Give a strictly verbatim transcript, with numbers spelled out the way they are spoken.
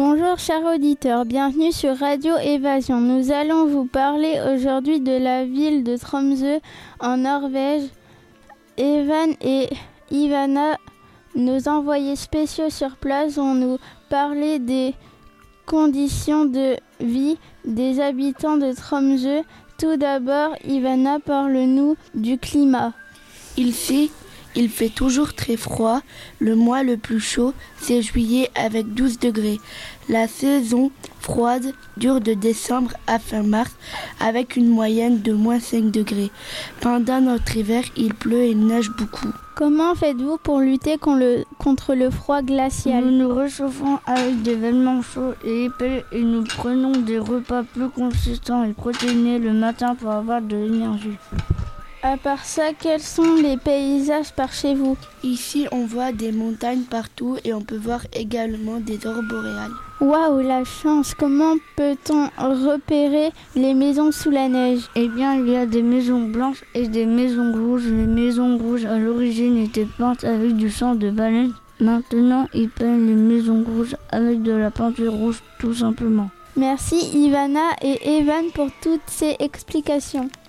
Bonjour chers auditeurs, bienvenue sur Radio Évasion. Nous allons vous parler aujourd'hui de la ville de Tromsø en Norvège. Evan et Ivana, nos envoyés spéciaux sur place, vont nous parler des conditions de vie des habitants de Tromsø. Tout d'abord, Ivana, parle-nous du climat. Ici, il fait toujours très froid. Le mois le plus chaud, c'est juillet avec douze degrés. La saison froide dure de décembre à fin mars avec une moyenne de moins cinq degrés. Pendant notre hiver, il pleut et neige beaucoup. Comment faites-vous pour lutter contre le froid glacial ? Nous nous réchauffons avec des vêtements chauds et épais et nous prenons des repas plus consistants et protéinés le matin pour avoir de l'énergie. À part ça, quels sont les paysages par chez vous ? Ici, on voit des montagnes partout et on peut voir également des aurores boréales. Waouh, la chance! Comment peut-on repérer les maisons sous la neige ? Eh bien, il y a des maisons blanches et des maisons rouges. Les maisons rouges, à l'origine, étaient peintes avec du sang de baleine. Maintenant, ils peignent les maisons rouges avec de la peinture rouge, tout simplement. Merci Ivana et Evan pour toutes ces explications.